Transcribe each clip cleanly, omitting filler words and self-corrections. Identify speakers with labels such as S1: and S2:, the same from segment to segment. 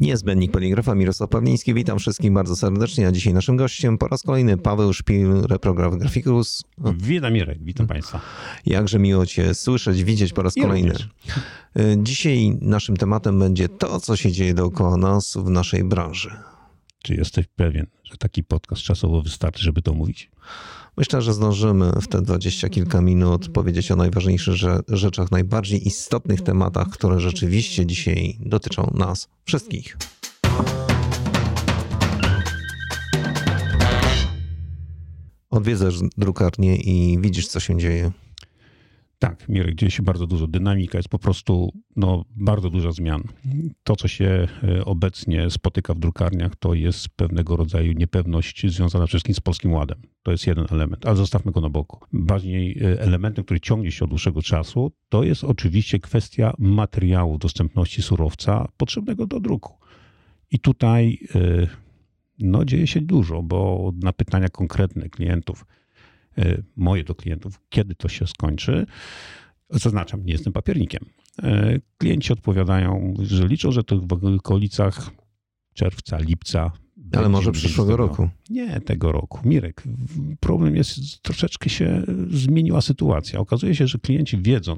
S1: Niezbędnik Poligrafa, Mirosław Pawliński. Witam wszystkich bardzo serdecznie, a dzisiaj naszym gościem po raz kolejny Paweł Szpil, reprograf Graficus.
S2: Witam Mirek, witam Państwa.
S1: Jakże miło Cię słyszeć, widzieć po raz kolejny. Dzisiaj naszym tematem będzie to, co się dzieje dookoła nas w naszej branży.
S2: Czy jesteś pewien, że taki podcast czasowo wystarczy, żeby to mówić?
S1: Myślę, że zdążymy w te 20 kilka minut powiedzieć o najważniejszych rzeczach, najbardziej istotnych tematach, które rzeczywiście dzisiaj dotyczą nas wszystkich. Odwiedzasz drukarnię i widzisz, co się dzieje.
S2: Tak, Mirek, dzieje się bardzo dużo. Dynamika jest po prostu bardzo dużo zmian. To, co się obecnie spotyka w drukarniach, to jest pewnego rodzaju niepewność związana przede wszystkim z Polskim Ładem. To jest jeden element, ale zostawmy go na boku. Bardziej elementem, który ciągnie się od dłuższego czasu, to jest oczywiście kwestia materiału, dostępności surowca potrzebnego do druku. I tutaj dzieje się dużo, bo na pytania konkretne klientów, moje do klientów, kiedy to się skończy, zaznaczam, nie jestem papiernikiem. Klienci odpowiadają, że liczą, że to w okolicach czerwca, lipca.
S1: Ale może przyszłego roku.
S2: Nie, tego roku. Mirek, problem jest, troszeczkę się zmieniła sytuacja. Okazuje się, że klienci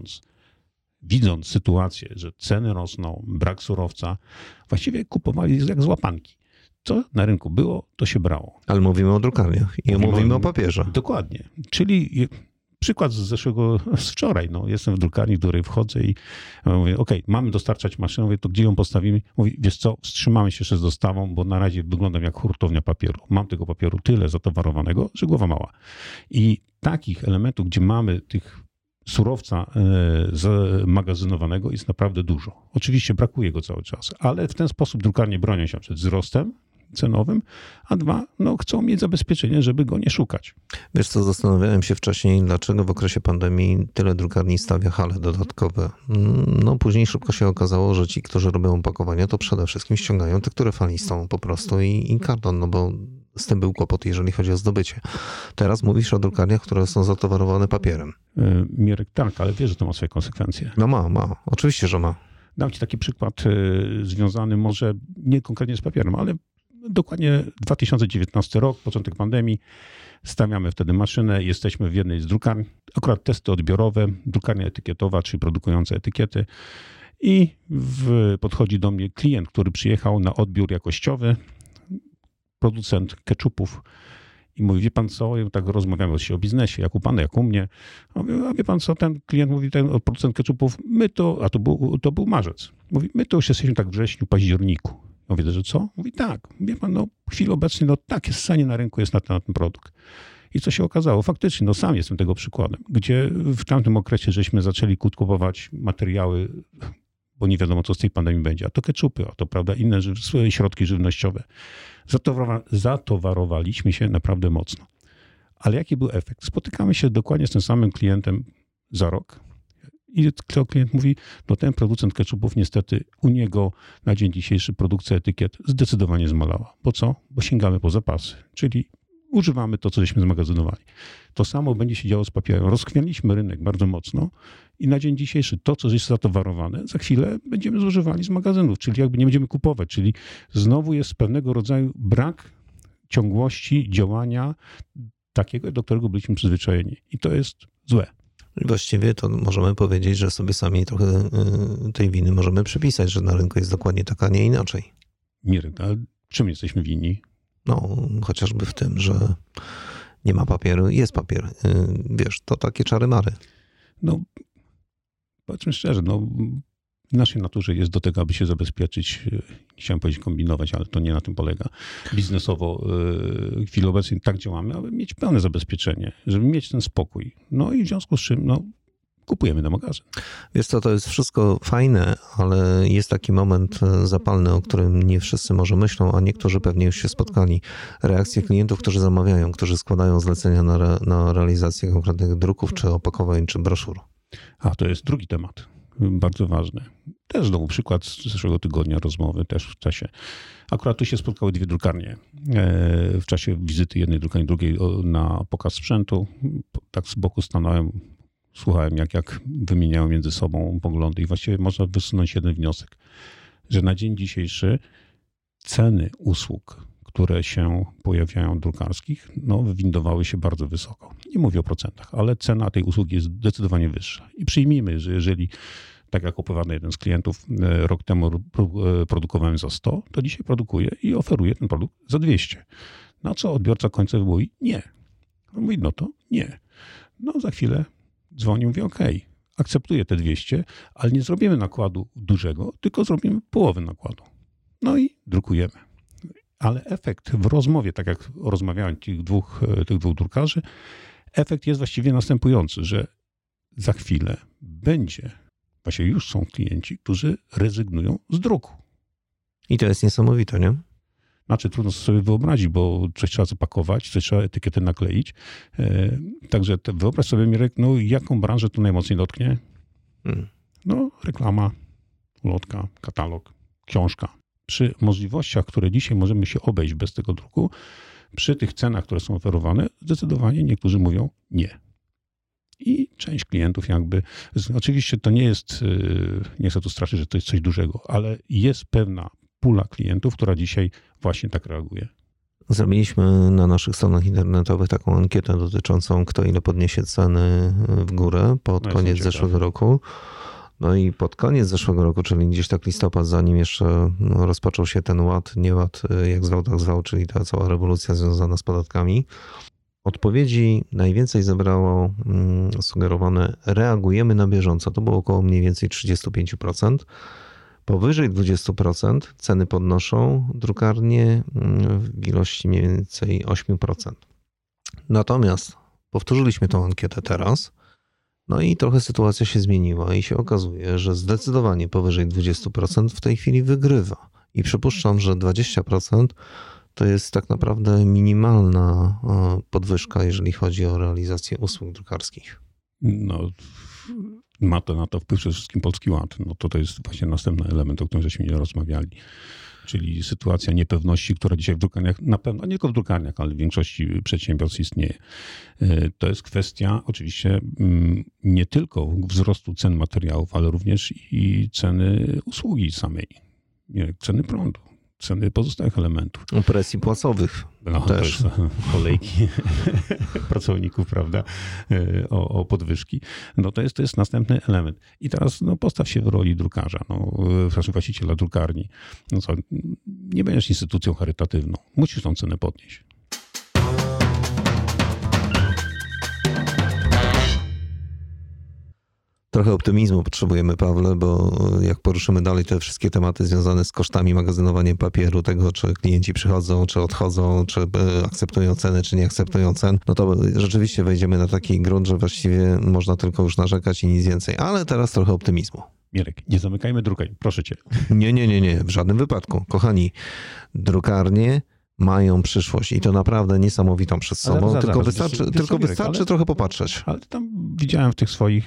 S2: widząc sytuację, że ceny rosną, brak surowca, właściwie kupowali jak z łapanki. Co na rynku było, to się brało.
S1: Ale mówimy o drukarniach i mówimy o papierze.
S2: Dokładnie. Czyli przykład z wczoraj. Jestem w drukarni, do której wchodzę i mówię, mamy dostarczać maszynę, mówię, to gdzie ją postawimy? Mówi, wiesz co, wstrzymamy się jeszcze z dostawą, bo na razie wyglądam jak hurtownia papieru. Mam tego papieru tyle zatowarowanego, że głowa mała. I takich elementów, gdzie mamy tych surowca zmagazynowanego jest naprawdę dużo. Oczywiście brakuje go cały czas, ale w ten sposób drukarnie bronią się przed wzrostem cenowym, a dwa, chcą mieć zabezpieczenie, żeby go nie szukać.
S1: Wiesz co, zastanawiałem się wcześniej, dlaczego w okresie pandemii tyle drukarni stawia hale dodatkowe. Później szybko się okazało, że ci, którzy robią opakowania, to przede wszystkim ściągają te, które falistą po prostu i karton, bo z tym był kłopot, jeżeli chodzi o zdobycie. Teraz mówisz o drukarniach, które są zatowarowane papierem.
S2: Mirek, tak, ale wiesz, że to ma swoje konsekwencje.
S1: Ma. Oczywiście, że ma.
S2: Dam ci taki przykład związany może nie konkretnie z papierem, ale dokładnie 2019 rok, początek pandemii. Stawiamy wtedy maszynę, jesteśmy w jednej z drukarni, akurat testy odbiorowe, drukarnia etykietowa, czyli produkująca etykiety. I podchodzi do mnie klient, który przyjechał na odbiór jakościowy, producent keczupów i mówi, wie pan co, ja tak rozmawiamy o biznesie, jak u pana, jak u mnie. A wie pan co, ten klient mówi, ten producent keczupów, to był marzec. Mówi, my to już jesteśmy tak w wrześniu, październiku. Ja mówię, że co? Mówi, tak, wie pan, w chwili obecnej, takie ssanie na rynku jest na ten produkt. I co się okazało? Faktycznie, sam jestem tego przykładem, gdzie w tamtym okresie żeśmy zaczęli kupować materiały, bo nie wiadomo, co z tej pandemii będzie. A to keczupy, a to prawda, inne środki żywnościowe. Zatowarowaliśmy się naprawdę mocno. Ale jaki był efekt? Spotykamy się dokładnie z tym samym klientem za rok i klient mówi, ten producent keczupów niestety u niego na dzień dzisiejszy produkcja etykiet zdecydowanie zmalała. Po co? Bo sięgamy po zapasy, czyli używamy to, co żeśmy zmagazynowali. To samo będzie się działo z papierem. Rozchwialiśmy rynek bardzo mocno i na dzień dzisiejszy to, co jest zatowarowane, za chwilę będziemy zużywali z magazynów, czyli jakby nie będziemy kupować, czyli znowu jest pewnego rodzaju brak ciągłości działania takiego, do którego byliśmy przyzwyczajeni. I to jest złe.
S1: Właściwie to możemy powiedzieć, że sobie sami trochę tej winy możemy przypisać, że na rynku jest dokładnie tak, a nie inaczej.
S2: Mirek, ale czym jesteśmy winni?
S1: Chociażby w tym, że nie ma papieru, jest papier. Wiesz, to takie czary-mary.
S2: Powiedzmy szczerze, w naszej naturze jest do tego, aby się zabezpieczyć, chciałem powiedzieć kombinować, ale to nie na tym polega. Biznesowo w chwili obecnej tak działamy, aby mieć pełne zabezpieczenie, żeby mieć ten spokój. I w związku z czym, kupujemy na magazyn.
S1: Wiesz co, to jest wszystko fajne, ale jest taki moment zapalny, o którym nie wszyscy może myślą, a niektórzy pewnie już się spotkali. Reakcje klientów, którzy zamawiają, którzy składają zlecenia na realizację konkretnych druków, czy opakowań, czy broszur.
S2: To jest drugi temat, bardzo ważny. Też znowu przykład z zeszłego tygodnia rozmowy, też w czasie. Akurat tu się spotkały dwie drukarnie. W czasie wizyty jednej drukarni, drugiej na pokaz sprzętu. Tak z boku stanąłem, słuchałem, jak wymieniają między sobą poglądy i właściwie można wysunąć jeden wniosek, że na dzień dzisiejszy ceny usług, które się pojawiają drukarskich, wywindowały się bardzo wysoko. Nie mówię o procentach, ale cena tej usługi jest zdecydowanie wyższa. I przyjmijmy, że jeżeli, tak jak opowiada jeden z klientów, rok temu produkowałem za 100, to dzisiaj produkuję i oferuję ten produkt za 200. Na co odbiorca końcowy mówi nie. On mówi, to nie. Za chwilę dzwoni, mówi okej, akceptuję te 200, ale nie zrobimy nakładu dużego, tylko zrobimy połowę nakładu. I drukujemy. Ale efekt w rozmowie, tak jak rozmawiałem tych dwóch drukarzy, efekt jest właściwie następujący, że za chwilę właśnie już są klienci, którzy rezygnują z druku.
S1: I to jest niesamowite, nie?
S2: Znaczy trudno sobie wyobrazić, bo coś trzeba zapakować, coś trzeba etykietę nakleić. Także wyobraź sobie, Mirek, jaką branżę to najmocniej dotknie? Reklama, ulotka, katalog, książka. Przy możliwościach, które dzisiaj możemy się obejść bez tego druku, przy tych cenach, które są oferowane, zdecydowanie niektórzy mówią nie. I część klientów oczywiście to nie jest, nie chcę tu straszyć, że to jest coś dużego, ale jest pewna pula klientów, która dzisiaj właśnie tak reaguje.
S1: Zrobiliśmy na naszych stronach internetowych taką ankietę dotyczącą kto ile podniesie ceny w górę pod koniec zeszłego roku. I pod koniec zeszłego roku, czyli gdzieś tak listopad, zanim jeszcze rozpoczął się ten ład, nieład, jak zwał, tak zwał, czyli ta cała rewolucja związana z podatkami. Odpowiedzi najwięcej zebrało sugerowane reagujemy na bieżąco. To było około mniej więcej 35%. Powyżej 20% ceny podnoszą drukarnie w ilości mniej więcej 8%. Natomiast powtórzyliśmy tą ankietę teraz, i trochę sytuacja się zmieniła i się okazuje, że zdecydowanie powyżej 20% w tej chwili wygrywa. I przypuszczam, że 20% to jest tak naprawdę minimalna podwyżka, jeżeli chodzi o realizację usług drukarskich.
S2: Ma to na to wpływ przede wszystkim Polski Ład. To jest właśnie następny element, o którym żeśmy nie rozmawiali. Czyli sytuacja niepewności, która dzisiaj w drukarniach, na pewno nie tylko w drukarniach, ale w większości przedsiębiorstw istnieje. To jest kwestia oczywiście nie tylko wzrostu cen materiałów, ale również i ceny usługi samej, ceny prądu, ceny pozostałych elementów.
S1: Presji płacowych też.
S2: To jest kolejki pracowników, prawda, o podwyżki. To jest następny element. I teraz postaw się w roli drukarza, właściciela drukarni. Nie będziesz instytucją charytatywną. Musisz tą cenę podnieść.
S1: Trochę optymizmu potrzebujemy, Pawle, bo jak poruszymy dalej te wszystkie tematy związane z kosztami magazynowania papieru, tego czy klienci przychodzą, czy odchodzą, czy akceptują ceny, czy nie akceptują cen, to rzeczywiście wejdziemy na taki grunt, że właściwie można tylko już narzekać i nic więcej. Ale teraz trochę optymizmu.
S2: Mirek, nie zamykajmy drukarni, proszę cię.
S1: Nie, w żadnym wypadku. Kochani, drukarnie mają przyszłość i to naprawdę niesamowitą przed sobą, wystarczy trochę popatrzeć.
S2: Ale tam widziałem w tych swoich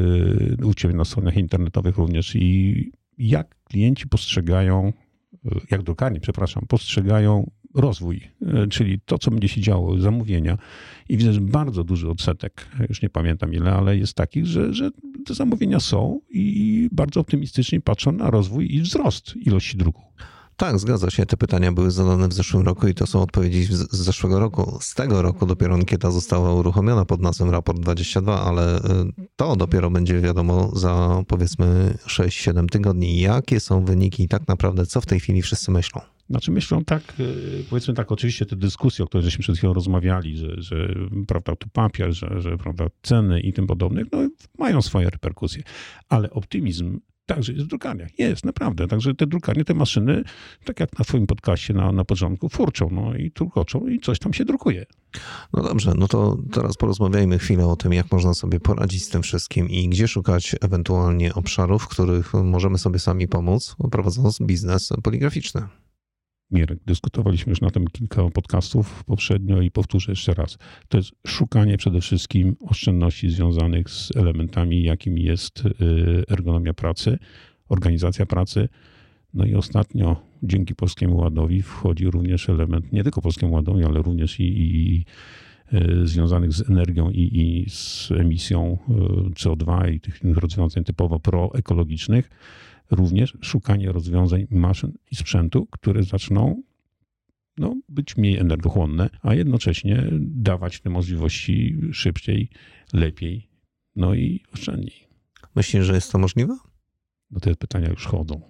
S2: u ciebie na stronach internetowych również i jak klienci postrzegają, jak drukarnie, postrzegają rozwój, czyli to, co będzie się działo, zamówienia. I widzę, że bardzo duży odsetek, już nie pamiętam ile, ale jest takich, że te zamówienia są i bardzo optymistycznie patrzą na rozwój i wzrost ilości druku.
S1: Tak, zgadza się. Te pytania były zadane w zeszłym roku i to są odpowiedzi z zeszłego roku. Z tego roku dopiero ankieta została uruchomiona pod nazwą Raport 22, ale to dopiero będzie wiadomo za powiedzmy 6-7 tygodni. Jakie są wyniki i tak naprawdę co w tej chwili wszyscy myślą?
S2: Znaczy myślą tak, powiedzmy tak, oczywiście te dyskusje, o których żeśmy przed chwilą rozmawiali, że prawda, tu papier, że prawda, ceny i tym podobnych, mają swoje reperkusje, ale optymizm także jest w drukarniach. Jest, naprawdę. Także te drukarnie, te maszyny, tak jak na twoim podcaście na początku, furczą i turkoczą i coś tam się drukuje.
S1: No dobrze, to teraz porozmawiajmy chwilę o tym, jak można sobie poradzić z tym wszystkim i gdzie szukać ewentualnie obszarów, w których możemy sobie sami pomóc, prowadząc biznes poligraficzny.
S2: Mirek, dyskutowaliśmy już na tym kilka podcastów poprzednio i powtórzę jeszcze raz. To jest szukanie przede wszystkim oszczędności związanych z elementami, jakimi jest ergonomia pracy, organizacja pracy. I ostatnio dzięki Polskiemu Ładowi wchodzi również element, nie tylko Polskiemu Ładowi, ale również i związanych z energią i z emisją CO2 i tych rozwiązań typowo proekologicznych. również szukanie rozwiązań maszyn i sprzętu, które zaczną być mniej energochłonne, a jednocześnie dawać te możliwości szybciej, lepiej, i oszczędniej.
S1: Myślisz, że jest to możliwe?
S2: No te pytania już chodzą.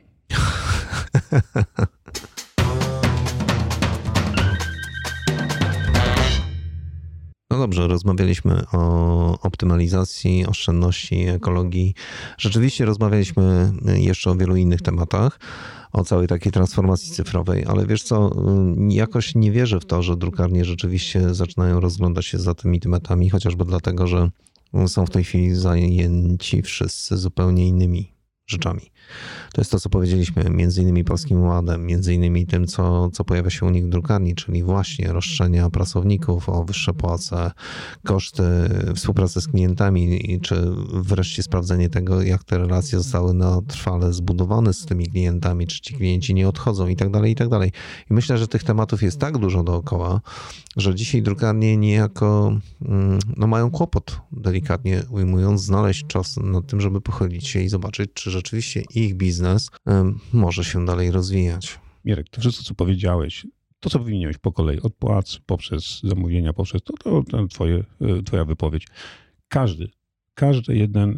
S1: No dobrze, rozmawialiśmy o optymalizacji, oszczędności, ekologii. Rzeczywiście rozmawialiśmy jeszcze o wielu innych tematach, o całej takiej transformacji cyfrowej, ale wiesz co, jakoś nie wierzę w to, że drukarnie rzeczywiście zaczynają rozglądać się za tymi tematami, chociażby dlatego, że są w tej chwili zajęci wszyscy zupełnie innymi rzeczami. To jest to, co powiedzieliśmy, między innymi Polskim Ładem, między innymi tym, co pojawia się u nich w drukarni, czyli właśnie roszczenia pracowników o wyższe płace, koszty współpracy z klientami, czy wreszcie sprawdzenie tego, jak te relacje zostały trwale zbudowane z tymi klientami, czy ci klienci nie odchodzą i tak dalej, i tak dalej. I myślę, że tych tematów jest tak dużo dookoła, że dzisiaj drukarnie niejako mają kłopot, delikatnie ujmując, znaleźć czas na tym, żeby pochylić się i zobaczyć, czy rzeczywiście ich biznes może się dalej rozwijać.
S2: Mirek, to wszystko, co powiedziałeś, to, co wymieniłeś po kolei, od płac, poprzez zamówienia, poprzez to twoja wypowiedź. Każdy jeden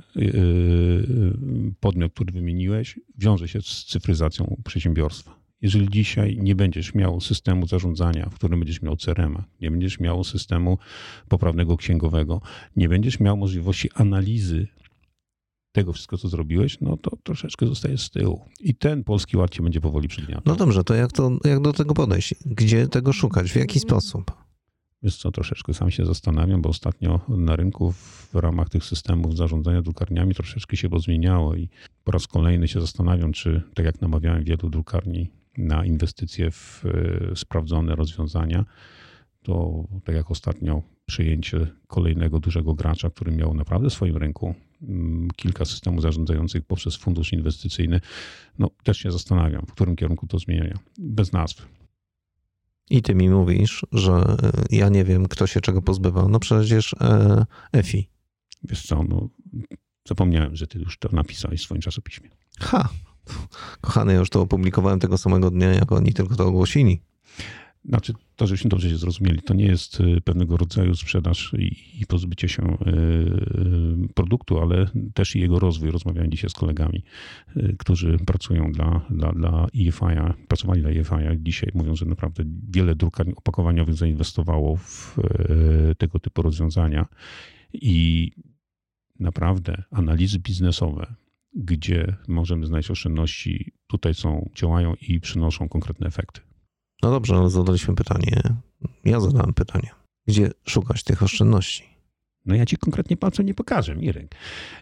S2: podmiot, który wymieniłeś, wiąże się z cyfryzacją przedsiębiorstwa. Jeżeli dzisiaj nie będziesz miał systemu zarządzania, w którym będziesz miał CRM-a, nie będziesz miał systemu poprawnego księgowego, nie będziesz miał możliwości analizy tego wszystko, co zrobiłeś, to troszeczkę zostajesz z tyłu. I ten Polski Ład cię będzie powoli przygniatał.
S1: No dobrze, to jak do tego podejść? Gdzie tego szukać? W jaki sposób?
S2: Wiesz co, troszeczkę sam się zastanawiam, bo ostatnio na rynku w ramach tych systemów zarządzania drukarniami troszeczkę się pozmieniało i po raz kolejny się zastanawiam, czy tak jak namawiałem wielu drukarni na inwestycje w sprawdzone rozwiązania, to tak jak ostatnio przyjęcie kolejnego dużego gracza, który miał naprawdę w swoim rynku kilka systemów zarządzających poprzez fundusz inwestycyjny, też się zastanawiam, w którym kierunku to zmienia. Bez nazw.
S1: I ty mi mówisz, że ja nie wiem, kto się czego pozbywa. No przecież EFI.
S2: Wiesz co, zapomniałem, że ty już to napisałeś w swoim czasopiśmie.
S1: Kochany, ja już to opublikowałem tego samego dnia, jak oni tylko to ogłosili.
S2: Znaczy, to żebyśmy dobrze się zrozumieli, to nie jest pewnego rodzaju sprzedaż i pozbycie się produktu, ale też i jego rozwój. Rozmawiałem dzisiaj z kolegami, którzy pracują dla EFI-a, pracowali dla EFI-a. Dzisiaj mówią, że naprawdę wiele drukarni opakowaniowych zainwestowało w tego typu rozwiązania i naprawdę analizy biznesowe, gdzie możemy znaleźć oszczędności, tutaj działają i przynoszą konkretne efekty.
S1: No dobrze, ale zadaliśmy pytanie. Ja zadałem pytanie. Gdzie szukać tych oszczędności?
S2: Ja ci konkretnie palcem nie pokażę, Mirek.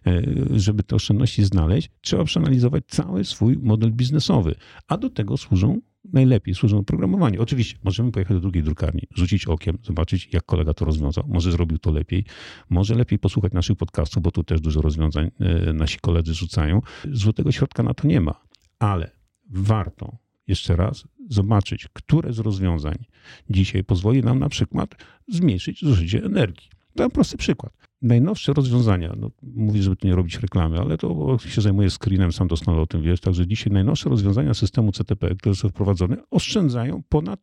S2: Żeby te oszczędności znaleźć, trzeba przeanalizować cały swój model biznesowy. A do tego najlepiej służą oprogramowanie. Oczywiście możemy pojechać do drugiej drukarni, rzucić okiem, zobaczyć, jak kolega to rozwiązał. Może zrobił to lepiej. Może lepiej posłuchać naszych podcastów, bo tu też dużo rozwiązań nasi koledzy rzucają. Złotego środka na to nie ma. Ale warto jeszcze raz zobaczyć, które z rozwiązań dzisiaj pozwoli nam na przykład zmniejszyć zużycie energii. Dam prosty przykład. Najnowsze rozwiązania, mówię, żeby tu nie robić reklamy, ale to się zajmuję screenem, sam doskonale o tym wiesz, także dzisiaj najnowsze rozwiązania systemu CTP, które są wprowadzone, oszczędzają ponad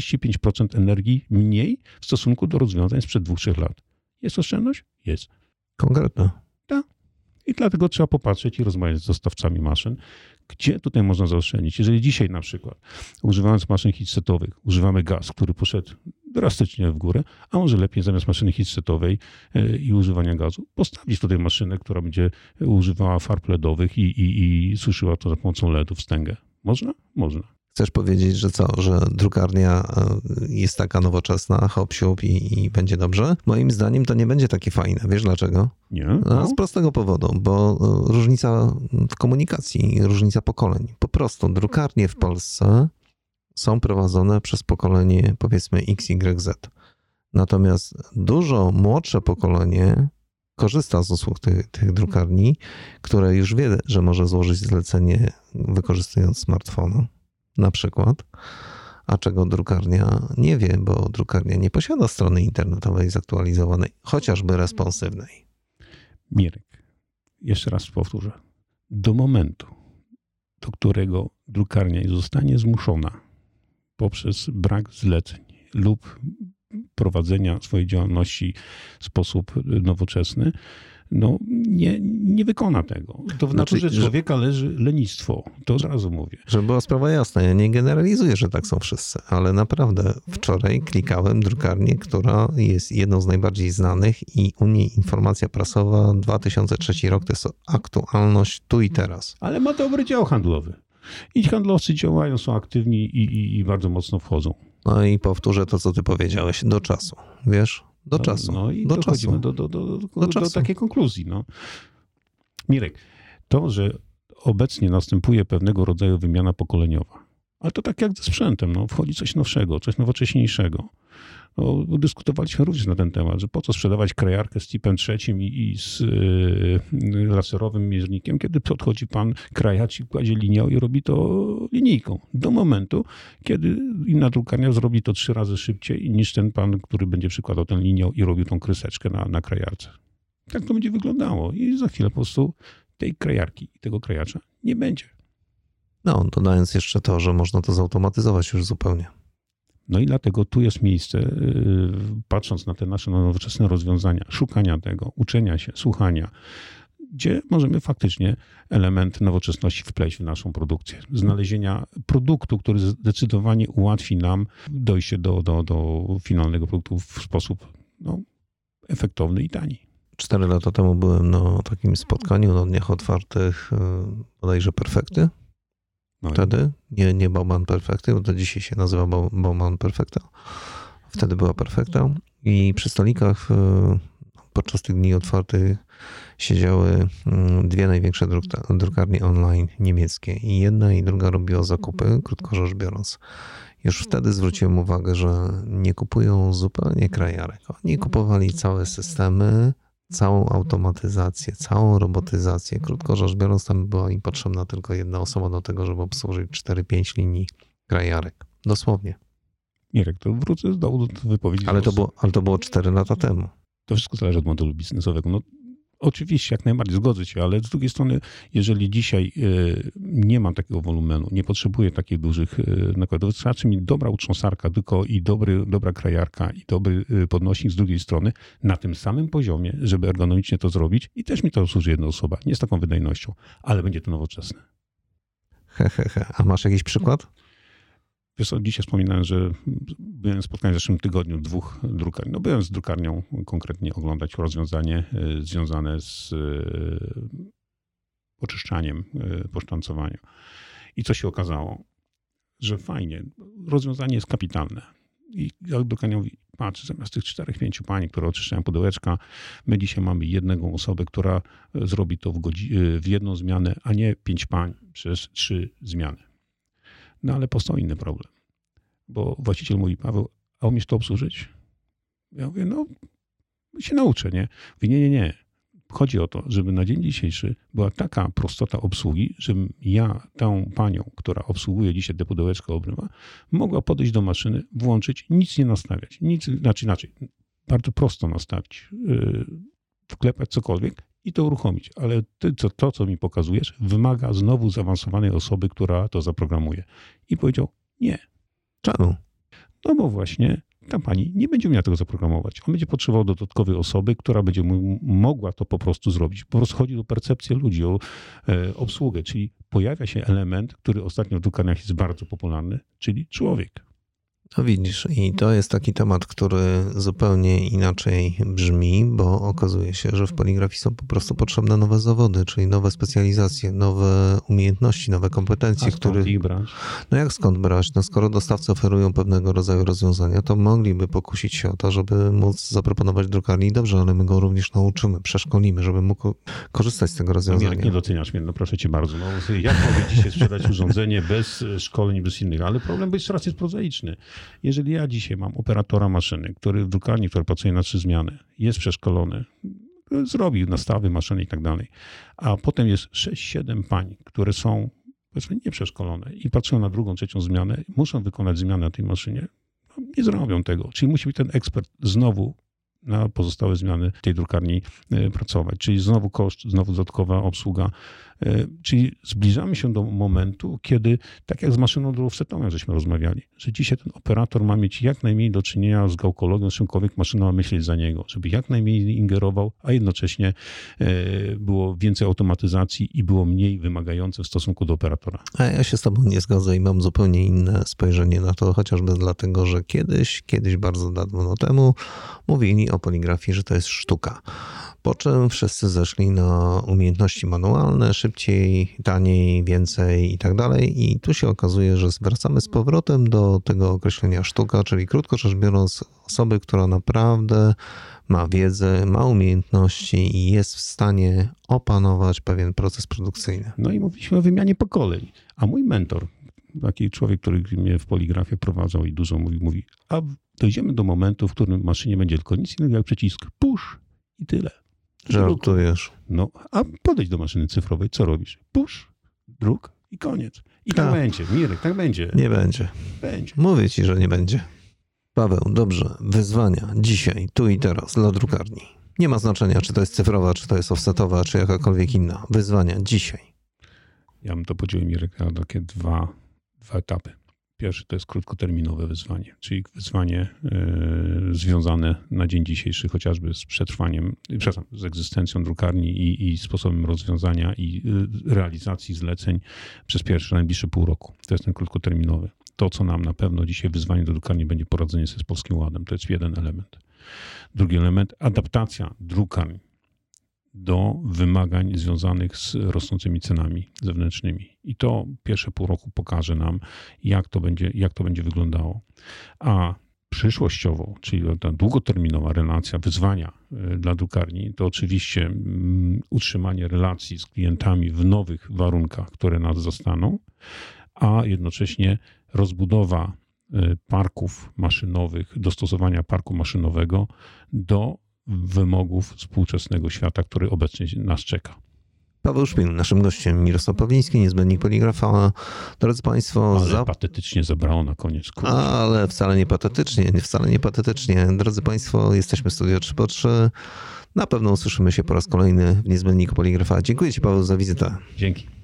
S2: 45% energii mniej w stosunku do rozwiązań sprzed 2-3 lat. Jest oszczędność? Jest.
S1: Konkretne.
S2: Tak. I dlatego trzeba popatrzeć i rozmawiać z dostawcami maszyn, gdzie tutaj można zaoszczędzić. Jeżeli dzisiaj na przykład używając maszyn heatsetowych używamy gaz, który poszedł drastycznie w górę, a może lepiej zamiast maszyny heatsetowej i używania gazu postawić tutaj maszynę, która będzie używała farb LEDowych i suszyła to za pomocą LEDów wstęgę. Można? Można.
S1: Chcesz powiedzieć, że że drukarnia jest taka nowoczesna, hop-siup i będzie dobrze? Moim zdaniem to nie będzie takie fajne. Wiesz dlaczego?
S2: Nie?
S1: Z prostego powodu, bo różnica w komunikacji, różnica pokoleń. Po prostu drukarnie w Polsce są prowadzone przez pokolenie, powiedzmy, XYZ. Natomiast dużo młodsze pokolenie korzysta z usług tych drukarni, które już wie, że może złożyć zlecenie wykorzystując smartfona. Na przykład, a czego drukarnia nie wie, bo drukarnia nie posiada strony internetowej zaktualizowanej, chociażby responsywnej.
S2: Mirek, jeszcze raz powtórzę. Do momentu, do którego drukarnia zostanie zmuszona poprzez brak zleceń lub prowadzenia swojej działalności w sposób nowoczesny, no nie wykona tego. To w naturze człowieka leży lenistwo. To od razu mówię.
S1: Żeby była sprawa jasna, ja nie generalizuję, że tak są wszyscy, ale naprawdę wczoraj klikałem drukarnię, która jest jedną z najbardziej znanych i u niej informacja prasowa 2003 rok to jest aktualność tu i teraz.
S2: Ale ma dobry dział handlowy. I handlowcy działają, są aktywni i bardzo mocno wchodzą.
S1: No i powtórzę to, co ty powiedziałeś, do czasu, wiesz? Do czasu.
S2: No i
S1: do
S2: dochodzimy
S1: czasu.
S2: do takiej konkluzji. No. Mirek, to, że obecnie następuje pewnego rodzaju wymiana pokoleniowa, ale to tak jak ze sprzętem, no, wchodzi coś nowszego, coś nowocześniejszego. No, dyskutowaliśmy również na ten temat, że po co sprzedawać krajarkę z tipem trzecim i z laserowym miernikiem, kiedy podchodzi pan krajacz i kładzie linią i robi to linijką. Do momentu, kiedy inna drukarnia zrobi to 3 razy szybciej niż ten pan, który będzie przykładał tę linią i robił tą kreseczkę na krajarce. Tak to będzie wyglądało i za chwilę po prostu tej krajarki i tego krajacza nie będzie.
S1: No, dodając jeszcze to, że można to zautomatyzować już zupełnie.
S2: No i dlatego tu jest miejsce, patrząc na te nasze nowoczesne rozwiązania, szukania tego, uczenia się, słuchania, gdzie możemy faktycznie element nowoczesności wpleść w naszą produkcję. Znalezienia produktu, który zdecydowanie ułatwi nam dojście do finalnego produktu w sposób efektowny i tani.
S1: 4 lata temu byłem na takim spotkaniu na Dniach Otwartych, bodajże Perfekty.
S2: No
S1: Wtedy, nie Bauman Perfekty, bo to dzisiaj się nazywa Bauman Perfekta. Wtedy była Perfekta i przy stolikach podczas tych dni otwartych siedziały 2 największe drukarnie online niemieckie. I jedna i druga robiła zakupy, krótko rzecz biorąc. Już wtedy zwróciłem uwagę, że nie kupują zupełnie krajarek. Oni kupowali całe systemy, całą automatyzację, całą robotyzację. Krótko rzecz biorąc, tam była im potrzebna tylko jedna osoba do tego, żeby obsłużyć 4-5 linii krajarek. Dosłownie.
S2: Mirek, to wrócę do wypowiedzi.
S1: Ale to było 4 lata temu.
S2: To wszystko zależy od modelu biznesowego. No, oczywiście, jak najbardziej zgodzę się, ale z drugiej strony, jeżeli dzisiaj nie mam takiego wolumenu, nie potrzebuję takich dużych nakładów, wystarczy mi dobra utrząsarka tylko i dobra krajarka i dobry podnośnik z drugiej strony na tym samym poziomie, żeby ergonomicznie to zrobić i też mi to obsłuży jedna osoba, nie z taką wydajnością, ale będzie to nowoczesne.
S1: A masz jakiś przykład?
S2: Wiesz co, dzisiaj wspominałem, że byłem spotkany w zeszłym tygodniu 2 drukarni. No byłem z drukarnią konkretnie oglądać rozwiązanie związane z oczyszczaniem po sztancowaniu. I co się okazało? Że fajnie, rozwiązanie jest kapitalne. I drukarnia mówi, patrz, zamiast tych 4-5 pani, które oczyszczają pudełeczka, my dzisiaj mamy jedną osobę, która zrobi to w jedną zmianę, a nie 5 pań przez 3 zmiany. No ale powstał inny problem, bo właściciel mówi, Paweł, a umiesz to obsłużyć? Ja mówię, no się nauczę, nie? Mówię, nie. Chodzi o to, żeby na dzień dzisiejszy była taka prostota obsługi, żebym ja tę panią, która obsługuje dzisiaj te pudełeczka obrywa, mogła podejść do maszyny, włączyć, nic nie nastawiać. Inaczej, bardzo prosto nastawić, wklepać cokolwiek i to uruchomić. Ale to, co mi pokazujesz, wymaga znowu zaawansowanej osoby, która to zaprogramuje. I powiedział, nie.
S1: Czemu?
S2: No bo właśnie ta pani nie będzie umiała tego zaprogramować. On będzie potrzebował dodatkowej osoby, która będzie mogła to po prostu zrobić. Po prostu chodzi o percepcję ludzi, o obsługę, czyli pojawia się element, który ostatnio w drukarniach jest bardzo popularny, czyli człowiek.
S1: No widzisz, i to jest taki temat, który zupełnie inaczej brzmi, bo okazuje się, że w poligrafii są po prostu potrzebne nowe zawody, czyli nowe specjalizacje, nowe umiejętności, nowe kompetencje,
S2: skąd ich brać?
S1: No jak skąd brać? No skoro dostawcy oferują pewnego rodzaju rozwiązania, to mogliby pokusić się o to, żeby móc zaproponować drukarni. Dobrze, ale my go również nauczymy, przeszkolimy, żeby mógł korzystać z tego rozwiązania.
S2: Jak nie doceniasz mnie, no proszę cię bardzo. No, jak mogę dzisiaj sprzedać urządzenie bez szkoleń, bez innych? Ale problem być teraz jest prozaiczny. Jeżeli ja dzisiaj mam operatora maszyny, który w drukarni, który pracuje na 3 zmiany, jest przeszkolony, zrobił nastawy maszyny i tak dalej, a potem jest 6-7 pań, które są powiedzmy nieprzeszkolone i pracują na 2., 3. zmianę, muszą wykonać zmianę na tej maszynie, no, nie zrobią tego. Czyli musi być ten ekspert znowu na pozostałe zmiany tej drukarni pracować. Czyli znowu koszt, znowu dodatkowa obsługa Czyli zbliżamy się do momentu, kiedy, tak jak z maszyną do offsetową żeśmy rozmawiali, że dzisiaj ten operator ma mieć jak najmniej do czynienia z gałkologią, czymkolwiek maszyna ma myśleć za niego, żeby jak najmniej ingerował, a jednocześnie było więcej automatyzacji i było mniej wymagające w stosunku do operatora.
S1: A ja się z tobą nie zgodzę i mam zupełnie inne spojrzenie na to, chociażby dlatego, że kiedyś bardzo dawno temu mówili o poligrafii, że to jest sztuka. Po czym wszyscy zeszli na umiejętności manualne, szybciej, taniej, więcej i tak dalej. I tu się okazuje, że wracamy z powrotem do tego określenia sztuka, czyli krótko rzecz biorąc osoby, która naprawdę ma wiedzę, ma umiejętności i jest w stanie opanować pewien proces produkcyjny.
S2: No i mówiliśmy o wymianie pokoleń. A mój mentor, taki człowiek, który mnie w poligrafię prowadzał i dużo mówi, a dojdziemy do momentu, w którym w maszynie będzie tylko nic innego jak przycisk push i tyle.
S1: Żartujesz.
S2: No, a podejdź do maszyny cyfrowej, co robisz? Push, druk i koniec. I tak będzie, Mirek, tak będzie.
S1: Nie będzie.
S2: Będzie.
S1: Mówię ci, że nie będzie. Paweł, dobrze, wyzwania dzisiaj, tu i teraz dla drukarni. Nie ma znaczenia, czy to jest cyfrowa, czy to jest offsetowa, czy jakakolwiek inna. Wyzwania dzisiaj.
S2: Ja bym to podzielił, Mirek, na takie dwa etapy. Pierwszy to jest krótkoterminowe wyzwanie, czyli wyzwanie związane na dzień dzisiejszy chociażby z przetrwaniem, z egzystencją drukarni i sposobem rozwiązania i realizacji zleceń przez najbliższe pół roku. To jest ten krótkoterminowy. To, co nam na pewno dzisiaj wyzwanie do drukarni będzie poradzenie sobie z Polskim Ładem. To jest jeden element. Drugi element, adaptacja drukarni do wymagań związanych z rosnącymi cenami zewnętrznymi. I to pierwsze pół roku pokaże nam, jak to będzie wyglądało. A przyszłościowo, czyli ta długoterminowa relacja, wyzwania dla drukarni, to oczywiście utrzymanie relacji z klientami w nowych warunkach, które nas zastaną, a jednocześnie rozbudowa parków maszynowych, dostosowania parku maszynowego do wymogów współczesnego świata, który obecnie nas czeka.
S1: Paweł Szpil, naszym gościem, Mirosław Pawliński, niezbędnik poligrafa. Drodzy Państwo...
S2: Ale patetycznie zabrało na koniec.
S1: Ale wcale nie patetycznie. Drodzy Państwo, jesteśmy w Studio 3x3. Na pewno usłyszymy się po raz kolejny w niezbędniku poligrafa. Dziękuję Ci, Paweł, za wizytę.
S2: Dzięki.